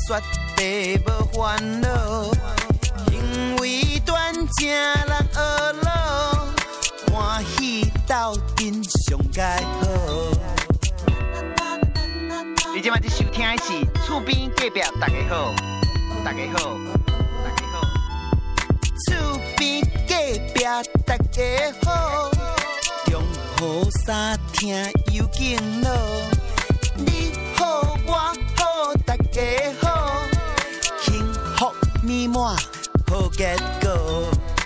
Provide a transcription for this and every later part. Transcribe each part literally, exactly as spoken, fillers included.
绝地无烦恼，行为端正人学老，欢喜斗阵上佳好。你今晚在收听的是厝边隔壁大家好，大家好，大家好，厝边隔壁大家好，中好三听有劲乐，你好我好大家好，幸福美满好结果。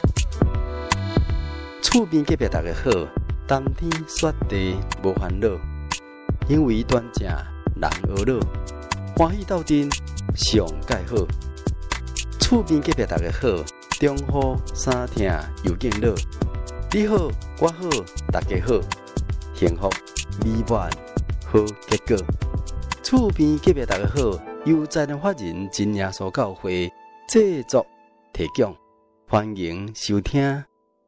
厝边隔壁大家好，冬天雪地无烦恼，因为端正人学老，欢喜斗阵上佳好。厝边隔壁大家好，中好三听有劲乐，你好我好大家好，幸福美满好结果。厝边隔壁大家好，由在人法人真耶稣教会制作提供，欢迎收听。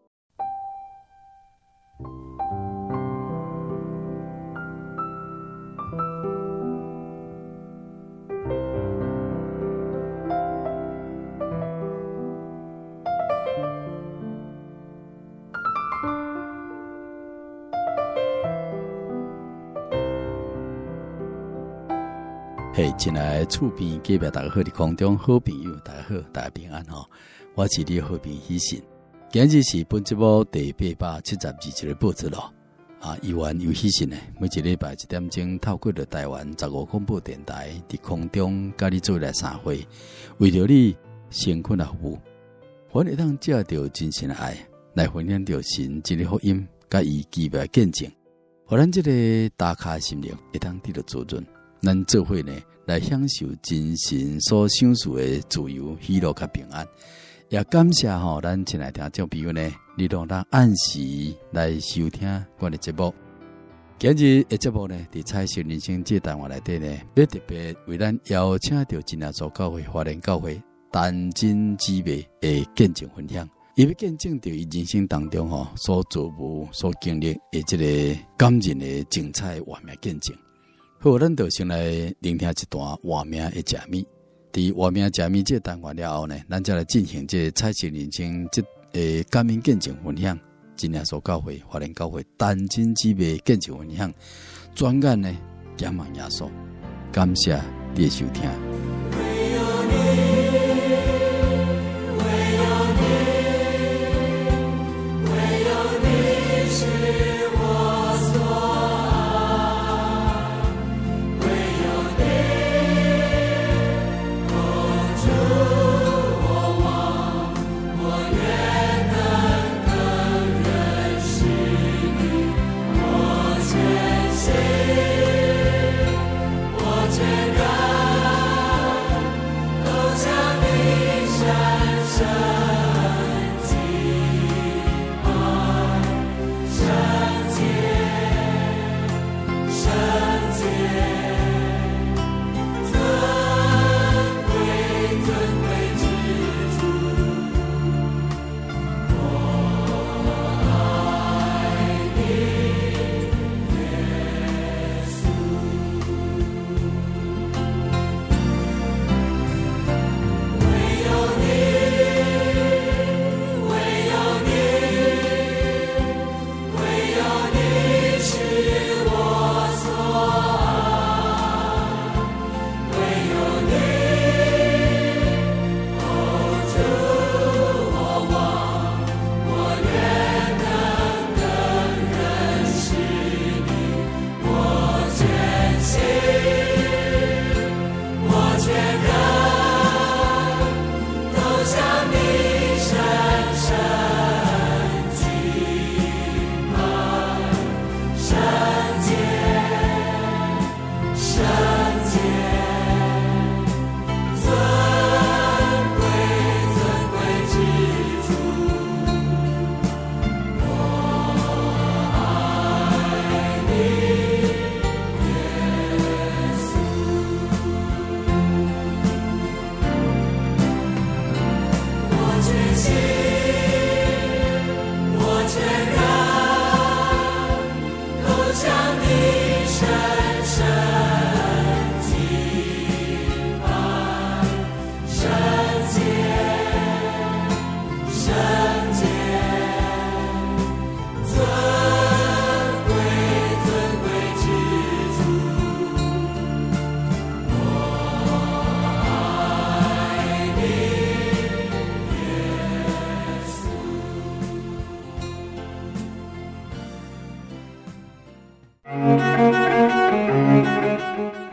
嘿，亲爱的厝边隔壁大家好，伫空中好朋友大家好，大家平安吼！我是你的好朋友喜信。今日是本节目第八百七十二集的播出咯。啊，依然有喜信呢，每一礼拜一点钟透过了台湾十五广播电台伫空中甲你做来三会，为着你辛苦的服务，我会当借着真心的爱来分享着神这个福音，甲伊奇妙见证，互咱这个打卡心灵会当得到滋润。咱做伙呢，来享受真神所享受的自由、喜乐甲平安。也感谢吼，咱亲爱听众朋友呢，你拢当按时来收听我的节目。今日的节目呢，伫彩色人生这单元内底呢，要特别为咱邀请到真耶稣教会华人教会单真姊妹的见证分享，伊要见证到伊人生当中吼所做无、所经历的这个感人的精彩画面见证。好，咱就先来聆听一段画面的解密。伫画面解密这单元了后呢，咱再来进行这彩色人生这诶感恩见证分享。真耶稣教会、华人教会单真姊妹见证分享，专案呢仰望耶稣，感谢你的收听。唯有你，唯有你，唯有你是我所。你。深深敬拜。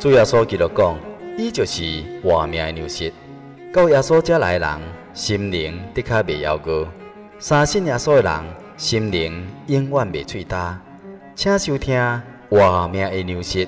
主耶稣基督讲，伊就是活命的粮食。到耶稣遮来的人，心灵的确袂夭饿；相信耶稣的人，心灵永远袂喙焦。请收听活命的粮食。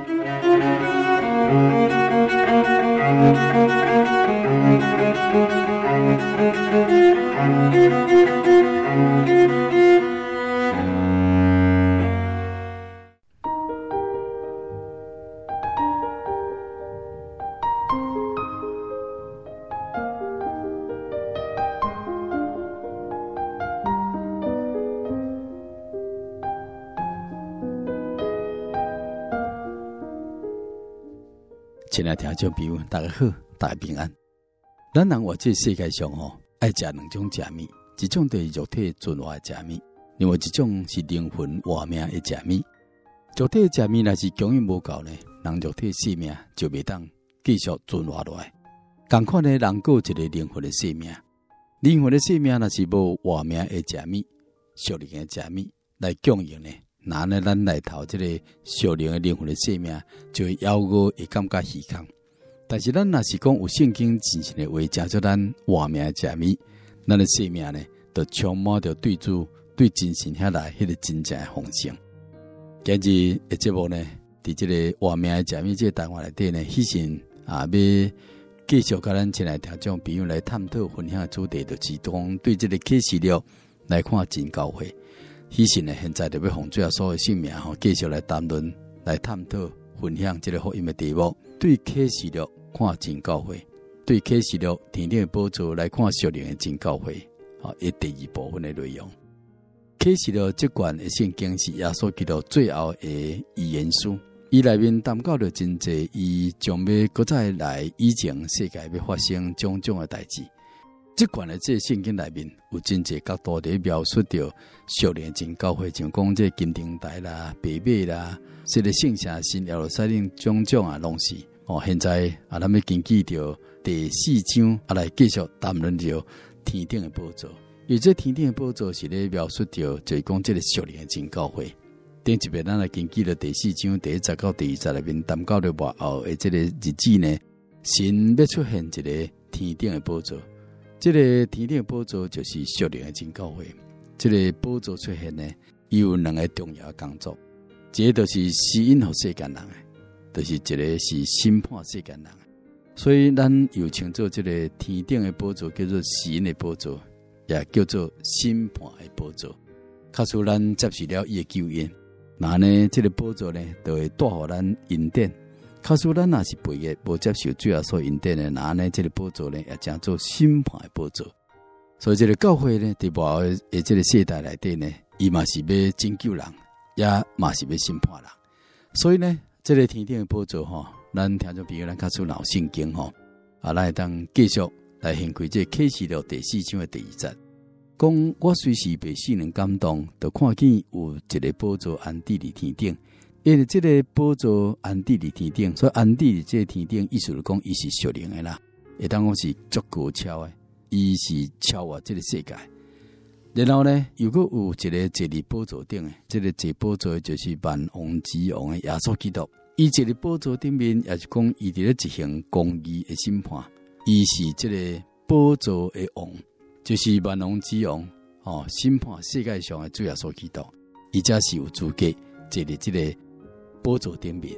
亲爱的听众朋友，大家好，大家平安。咱人活这世界上吼，爱食两种食物，一种就是肉体存活的食物，另外一种是灵魂活命的食物。肉体的食物若是供应无够呢，人肉体生命就袂当继续存活落来。同款呢，人有一个灵魂的生命，灵魂的生命若是无活命的食物、属灵的食物来供应呢。那呢，咱来头这个属灵的灵魂的生命，就会夭饿，会感觉虚空。但是咱若是讲有圣经真实的话，讲做咱活命的食物，咱的生命呢，就充满着对主、对真神遐来迄个真正的丰盛。今日的节目呢，伫这个活命的食物这个单元内底呢，喜神啊要继续甲咱亲爱听众朋友来探讨分享的主题，就是讲对这个启示录来看真教会。喜神呢，现在就要奉主耶稣的性命吼，继续来谈论、来探讨、分享这个福音的题目。对启示录看真教会，对启示录天顶的宝座来看属灵的真教会。好，一第二部分的内容。启示录这卷的圣经是耶稣基督最后的预言书，伊内面谈到了真济，伊将要搁再来以前世界要发生种种的代志。这款的这圣经内面有真济角度在描述着属灵真教会，像讲这金灯台啦、白马啦，这个圣城新耶路撒冷种种啊，拢是哦。现在啊，咱要根据着第四章啊来继续谈论着天顶的宝座。而这天顶的宝座是咧描述着，就是讲这个属灵真教会。顶一遍咱来根据了第四章第一节到第二节内面谈到了末后的这个日子呢，神要出现一个天顶的宝座。这个天顶的宝座就是属灵的真教会。这个宝座出现呢，伊有两个重要的工作，一个就是施恩给世间人的，就是一个是审判世间人的。所以咱又称作这个天顶的宝座叫做施恩的宝座，也叫做审判的宝座。假使咱接受了伊的救恩，那呢，这个宝座呢，就会带予咱恩典。假使咱若是背嘅，无接受主耶稣恩典的，那呢，这个宝座呢，也叫做审判的宝座。所以这个教会呢，伫幕后的这个世代内底呢，伊嘛是要拯救人，也嘛是要审判人。所以呢，这个天顶的宝座吼，咱听众朋友咱假使有圣经吼，啊，咱会当继续来掀开这启示录第四章的第二节，讲我虽是被圣灵感动，就看见有一个宝座安置伫天顶。因为这个宝座安置伫天顶，所以安置伫这个天顶，意思就讲伊是属灵的啦，会当讲是足够超的，伊是超越这个世界。然后呢，如果有一个坐伫宝座顶的，这个坐宝座就是万王之王的耶稣基督。伊坐伫宝座顶面，也是讲伊伫咧执行公义的审判。伊是这个宝座的王，就是万王之王哦，审判世界上的主耶稣基督。伊才是有资格坐伫这个宝座顶面。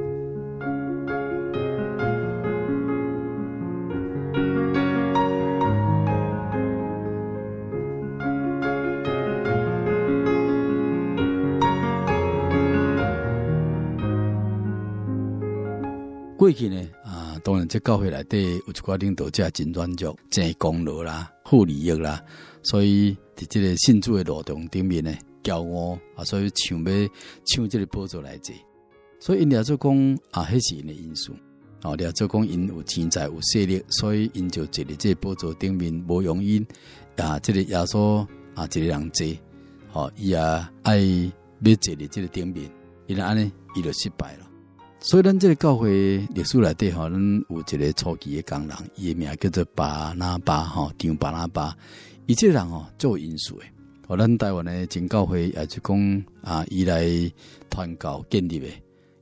过去呢，啊，当然这教会内底有一寡领导者真软弱、真功劳啦、好利益啦，所以伫这个信主的路途顶面呢，骄傲啊，所以想要抢这个宝座来坐。所以因了做讲啊，迄是因的因素。哦，了做讲因有钱财有势力，所以因就坐伫这个宝座顶面，无容因啊，这个耶稣啊，一个人坐，哦，伊也爱要坐伫这个顶面，因安尼伊就失败了。所以咱这个教会历史内底吼，咱有一个初期的工人，伊的名叫做巴拿巴吼，张巴拿巴。伊这个人吼做因素诶，哦，咱台湾的真教会也是讲啊，伊来传教建立的，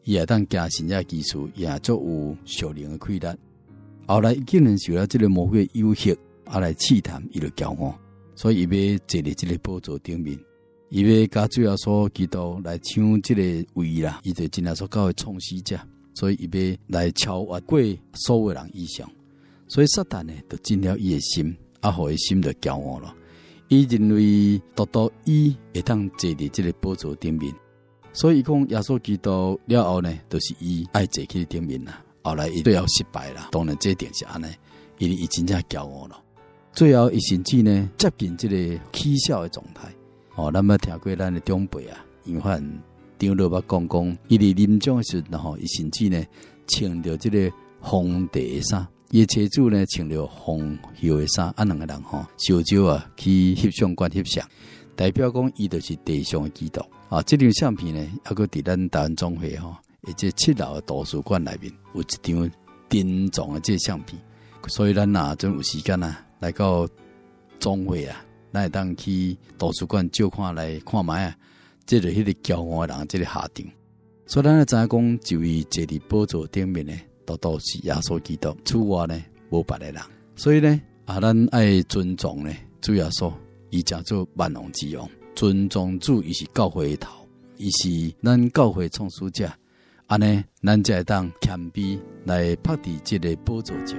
伊也当加神者技术，也足有属灵的气力。后来竟然受了这个魔鬼诱惑，啊来试探伊就骄傲，所以伊要坐伫这个宝座顶面，伊要甲主耶稣基督来抢这个位啦，伊就真耶稣教的创始者，所以伊要来超越过所有人以上。所以撒旦呢，就进了伊的心，啊，互伊心就骄傲了。伊认为独独伊会当坐伫这个宝座顶面，所以伊讲耶稣基督了后呢，就是伊爱坐去顶面啦。后来伊最后失败啦，当然这定是安尼，因为伊真正骄傲了。最后伊甚至呢接近这个起笑的状态。哦，咱捌听过咱的长辈啊，因为长老捌讲讲，伊伫临终的时候，吼，伊甚至呢穿着这个皇帝的衫，伊的妻子呢穿着红袖的衫，啊，两个人吼烧酒啊去翕相馆翕相，代表讲伊就是地上的基督啊。这张相片呢，还佫伫咱台湾总会吼。而且七楼的图书馆内面有一张珍藏的这相片，所以咱若真有时间啊，来到总会啊，咱会当去图书馆照看来看卖啊，这就是迄个骄傲的人，这个下场。所以咱知影讲，就位坐伫宝座顶面呢，都都是耶稣基督，除外呢无别的人。所以呢，啊，咱爱尊重呢主耶稣，伊叫做万王之王，尊重主，伊是教会的头，伊是咱教会创始者。安尼，咱才会当谦卑来拍伫这个宝座前。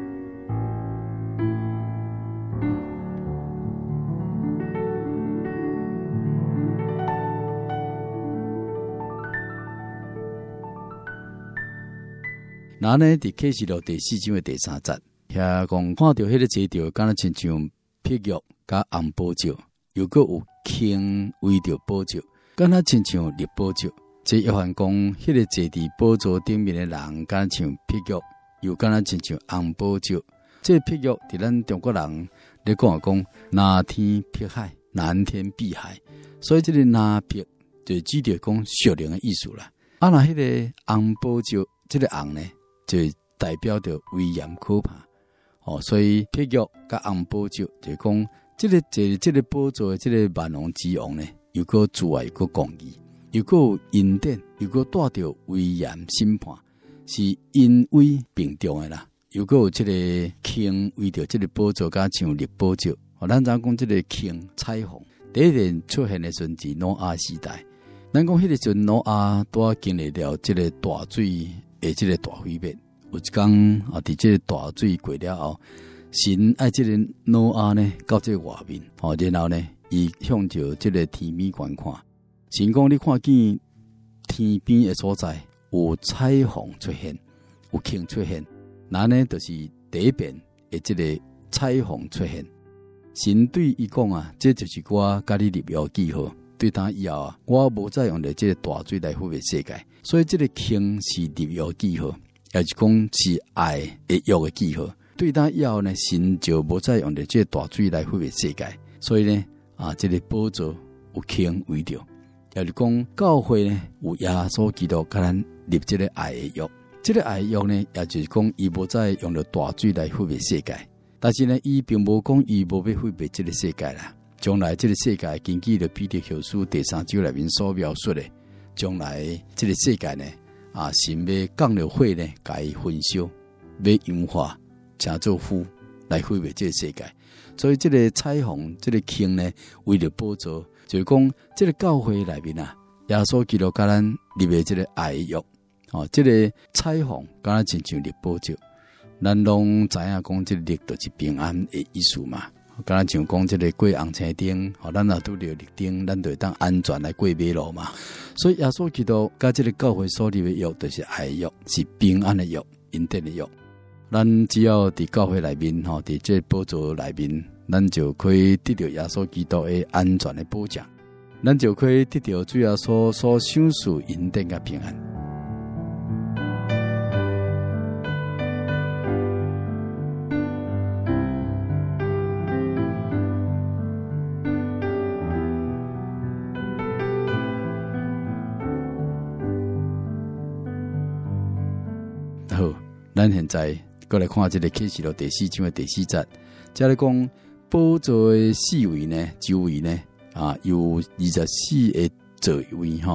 那呢，伫启示录第四章的第三节，遐讲看到迄个坐着，敢若亲像碧玉甲红宝石，又搁有轻围着宝石，敢若亲像绿宝石。这约翰讲，迄个坐伫宝座顶面的人，敢像碧玉，又敢若亲像红宝石。这碧玉伫咱中国人咧讲讲，南天碧海，南天碧海。所以这个南碧就指着讲属灵的意思啦。啊，那迄个红宝石，这个红呢，就代表着威严可怕。哦，所以碧玉甲红宝石就讲，这个坐这个宝座的这个万王之王呢，又个慈爱，又个公义。又个有恩典，又个带着威严审判，是恩威并重的啦。又个有这个轻为着这个宝座，加像绿宝石。哦，咱怎讲这个轻彩虹？第一年出现的时阵是挪亚时代，咱讲迄个阵挪亚拄经历了这个大水的这个大毁灭。有一天啊，伫这个大水过了后，神爱这个挪亚呢到这个外面，哦，然后呢，伊向着这个天边观看。神讲，你看见天边的所在有彩虹出现，有星出现，那呢就是第一遍的这个彩虹出现。神对伊讲啊，这就是我甲你立约记号。对他以后啊，我无再用的这个大水来毁灭世界，所以这个星是立约记号，也是讲是爱的约的记号。对他以后呢，神就无再用的这个大水来毁灭世界，所以呢啊，这个宝座有星为着。也是讲教会呢有耶稣基督甲咱立这个爱的约，这个爱的约呢，也就是讲伊无再用着大水来毁灭世界，但是呢，伊并无讲伊无要毁灭这个世界啦。将来这个世界根据着彼得后书第三章内面所描述的，将来这个世界呢，啊，神要降了火呢，甲伊焚烧，要融化，成做火来毁灭这个世界。所以这个彩虹，这个星呢，为了宝座。就是讲，这个教会内面啊，耶稣基督甲咱立的这个爱约，哦，这个彩虹敢若亲像绿宝石，咱拢知影讲，这个绿就是平安的意思嘛。敢若像讲这个过红青灯，哦，咱若拄着绿灯，咱就会当安全来过马路嘛。所以耶稣基督甲这个教会所立的约，就是爱约，是平安的约，恩典的约。咱只要伫教会内面，吼，伫这宝座内面。咱就可以得到耶稣基督的安全的保障，咱就可以得到主耶稣所享受恩典的平安。好，咱现在过来看这个启示录第四章的第四节，这里讲。宝座的四位呢，周围呢啊有二十四个座位哈，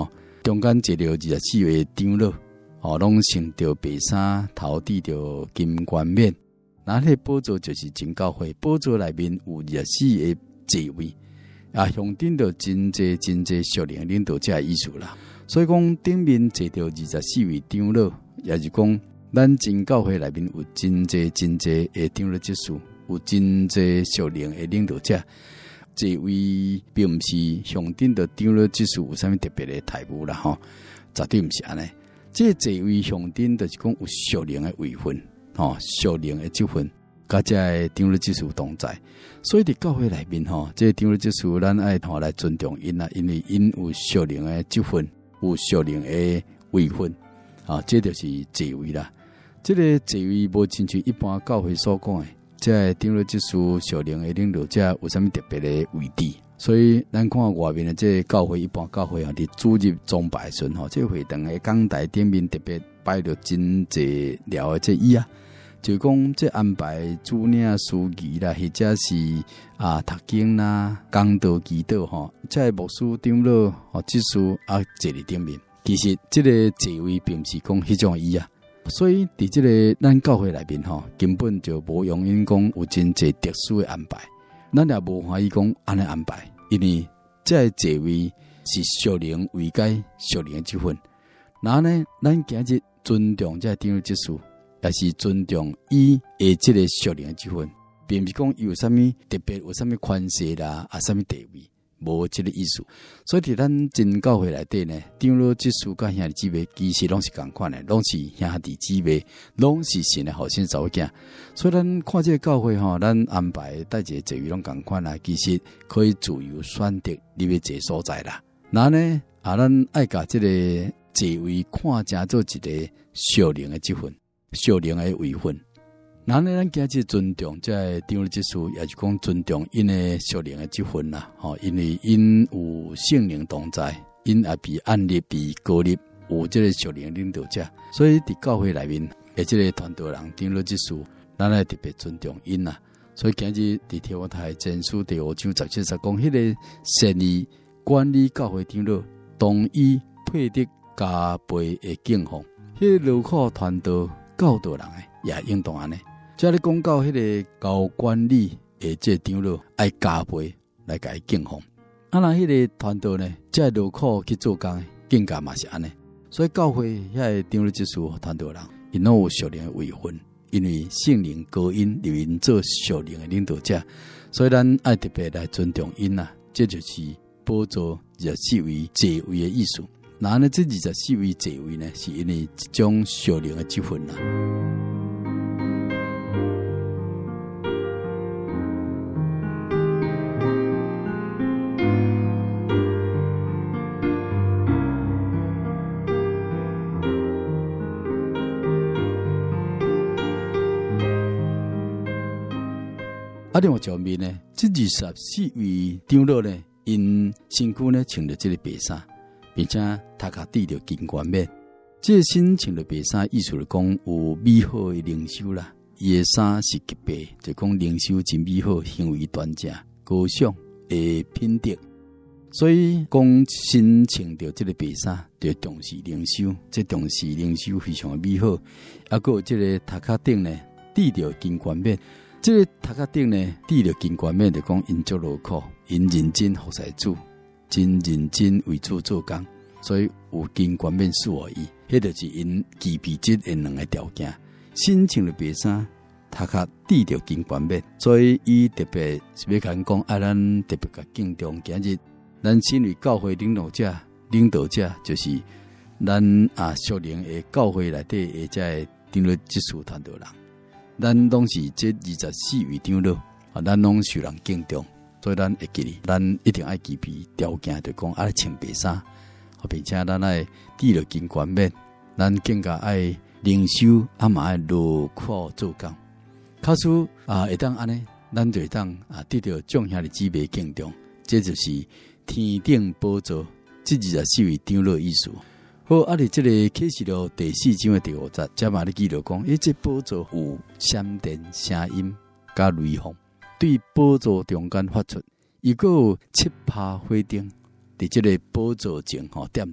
中间坐着二十四位长老，哦，拢穿着白衫，头戴着金冠冕。那迄个宝座就是真教会，宝座内面有二十四个座位，啊，上顶着真济真济属灵领导者的意思啦。所以讲顶面坐着二十四位长老，也是讲咱真教会内面有真济真济的长老执事，有真济属灵的领导者。这位并不是上顶的长老执事有啥物特别的态度啦吼，绝对不是安尼。这这位上顶就是讲有属灵的位分。吼，属灵的职分，甲这个长老执事同在，所以伫教会内面吼，这长老执事咱爱吼来尊重因啊，因为因有属灵的职分，有属灵的位分，啊，这就是座位啦。这个座位无亲像一般教会所讲的，这个长老执事属灵的领导者有啥物特别的位置，所以咱看外面的这个教会，一般教会啊，伫主日崇拜时吼，这会堂的讲台顶面特别摆着真济了的这椅啊。就讲这安排主领司仪啦，或者是啊读经啦、讲道祈祷吼，这牧师长老吼执事啊坐伫顶面。其实这个座位并不是讲迄种椅啊，所以伫这个咱教会内面吼，根本就无用因讲有真济特殊的安排。咱也无欢喜讲安尼安排，因为这个座位是属灵为该属灵的职分。然后呢，咱今日尊重这长老执事。也是尊重伊的这个属灵的职分，并不是讲有啥物特别有啥物权势啦，啊啥物地位，无这个意思。所以伫咱真教会内底呢，长老执事甲兄弟姊妹其实拢是共款的，拢是兄弟姊妹，拢是神的后生查某囝。所以咱看这个教会吼，咱安排带一个座位拢共款啦，其实可以自由选择你要坐所在啦。然呢，啊咱爱甲这个座位看成做一个属灵的职分。属灵的位分，然后呢，咱今日尊重这长老执事，也是讲尊重因的属灵的职分啦。吼，因为因有圣灵同在，因也被按立、被高立，有这个属灵领导者，所以伫教会内面，而这个传道人长老执事，咱来特别尊重因啦。所以今日伫天父台前书第五章十七节讲，迄个善意管理教会长老，同意配得加倍的敬奉，迄个劳苦传道。教导人诶，也应当安尼。即你讲到迄个教管理诶，这长老爱加倍来甲伊敬奉。啊，那迄个传道呢，即劳苦去做工，更加嘛是安尼。所以教会遐个长老执事传道人，因拢有属灵诶位分，因为圣灵高因留因做属灵诶领导者，所以咱爱特别来尊重因啊。这就是宝座二十四位座位诶意思。那呢，这二十四位座位呢，是因为一种属灵的职分啦。啊，另外一方面呢，这二十四位长老呢，因身躯呢穿着这个白衫。并且头壳戴着金冠冕，这身穿着白衫，意思是讲有美好的灵修啦。伊的衫是洁白，就讲灵修真美好，行为端正、高尚的品德。所以讲身穿着这个白衫，就重视灵修，这重视灵修非常的美好。啊，个这个头壳顶呢戴着金冠冕，这个头壳顶呢戴着金冠冕，就讲因足劳苦，因认真服侍主。真认真为主做工，所以有金冠冕赐予伊，迄就是因具备这两个条件。身穿了白衫，头壳戴着金冠冕，所以伊特别是要讲讲，啊，咱特别甲敬重。今日咱身为教会领导者，领导者就是咱啊属灵的教会内底的这长老执事传道人，咱拢是这二十四位长老，啊，咱拢受人敬重。所以咱会记哩，咱一定爱具备条件，就讲爱穿白衫，并且咱爱戴着金冠冕，咱更加爱灵修，啊嘛爱劳苦做工。假使啊会当安尼，咱就会当啊得到众兄弟姊妹敬重，这就是天顶宝座这二十四位长老意思。好，啊哩这个启示录第四章的第五节，加嘛咧记录讲，诶，这宝座有闪电、声音加雷轰。对宝座中间发出，伊个有七拍火灯，伫这个宝座前吼点着，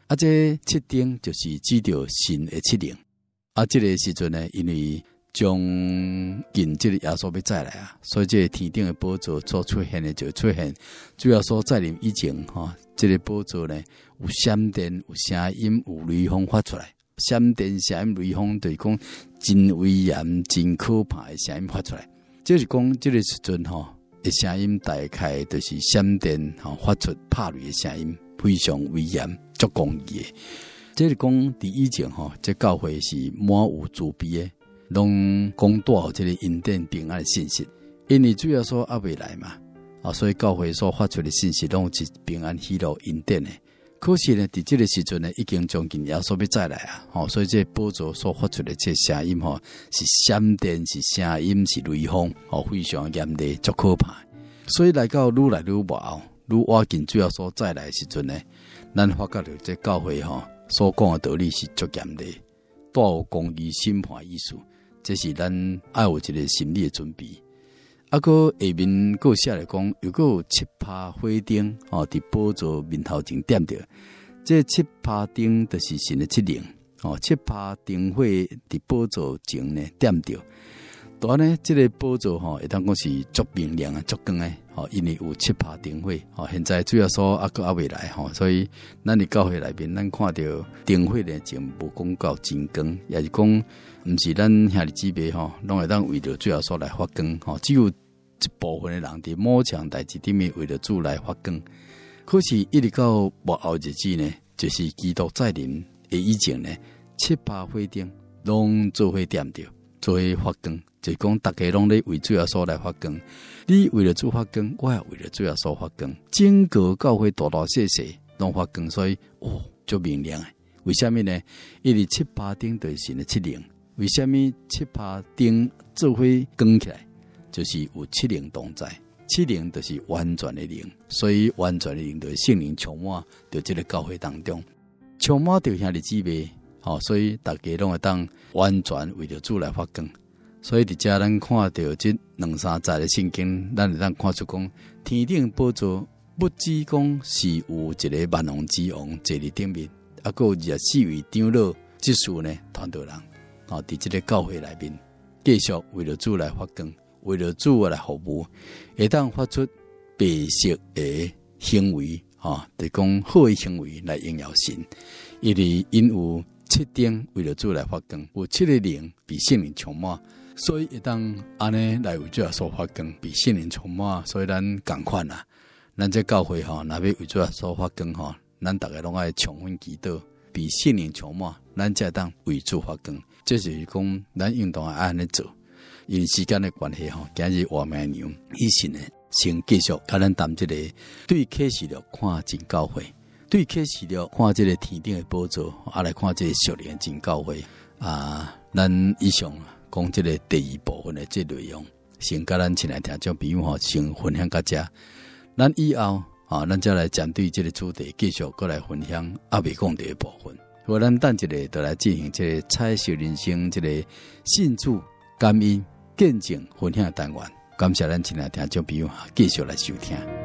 啊，这七丁就是指着神的七灵。啊，这个时阵呢，因为将近这个耶稣要再来啊，所以这个天顶的宝座所出现的就出现，主要说在临以前哈，这个宝座呢有闪电、有声音、有雷风发出来。闪电、声音、雷风，就是讲真威严、真可怕的声音发出来。就是讲这个时阵哈，的声音大概就是闪电哈发出拍雷的声音，非常威严、足公义的。这是讲伫以前哈，这教会是满有慈悲的。拢讲带这个恩典平安的信息，因为主要说还未来嘛，啊，所以教会所发出的信息拢是平安喜乐恩典的。可是呢，伫这个时阵呢，已经将近耶稣要再来啊，吼，所以这宝座所发出的这声音吼，是闪电，是声音，是雷锋，吼，非常严厉，足可怕。所以来到愈来愈末后，愈挖近主要所再来的时阵呢，咱发觉到这教会吼所讲的道理是足严厉，带有公义审判意思。这是咱爱有一个心理的准备。啊，个下面个写来讲，又个有七拍火灯哦，伫宝座面头前点着。这七拍灯就是神的七灵哦，七拍灯火伫宝座前呢点着。当然呢，这个宝座吼，会当讲是足明亮啊，足光诶，吼，因为有七拍灯火，吼，现在主要说啊个啊未来吼，所以咱伫教会内面，咱看到灯火呢，就无讲到真光，也是讲，毋是咱兄弟姊妹吼，拢会当为着主要说来发光，吼，只有一部分诶人伫某项代志顶面为着主来发光。可是，一直到末后日子呢，就是基督再临诶以前呢，七拍火灯拢做伙点着，做伙发光。就是讲，大家拢咧为主耶稣来发光，你为了主发光，我也为了主耶稣发光，整个教会大大小小拢发光，所以哦，就明亮诶。为什么呢？因为七拍灯就是神的七灵。为什么七拍灯做伙光起来？就是有七灵同在，七灵就是完全的灵，所以完全的灵就是圣灵充满在这个教会当中，充满着兄弟姊妹，好，所以大家拢会当完全为着主来发光。所以伫遮咱看到这两三节的圣经，咱会当看出讲，天顶宝座不只讲是有一个万王之王坐伫顶面，啊，还有二十四位长老，即数呢团队人，啊，伫这个教会内面，继续为了主来发光，为了主来服务，会当发出白色的行为，啊，就讲好的行为来荣耀神，因为因有七灯为了主来发光，有七个灵被圣灵充满。所以一当安尼来为主耶稣发光，被圣灵充满，所以咱同款啦。咱这教会吼，若要为主耶稣发光吼，咱大家拢爱充分祈祷，被圣灵充满，咱才当为主发光。这就是讲，咱运动爱安尼做。因为时间的关系吼，今日话明娘以前呢，先继续甲咱谈这个对启示录看真教会，对启示录看这个天顶的宝座，啊来看这个属灵真教会啊，咱以上。讲这个第二部分的这内容，先甲咱亲爱听众朋友吼，先分享到这。咱以后啊，咱再来针对这个主题，继续过来分享阿未讲的部分。我咱等一个，就来进行这个彩色人生这个信主、感恩、见证、分享的单元。感谢咱亲爱听众朋友继续来收听。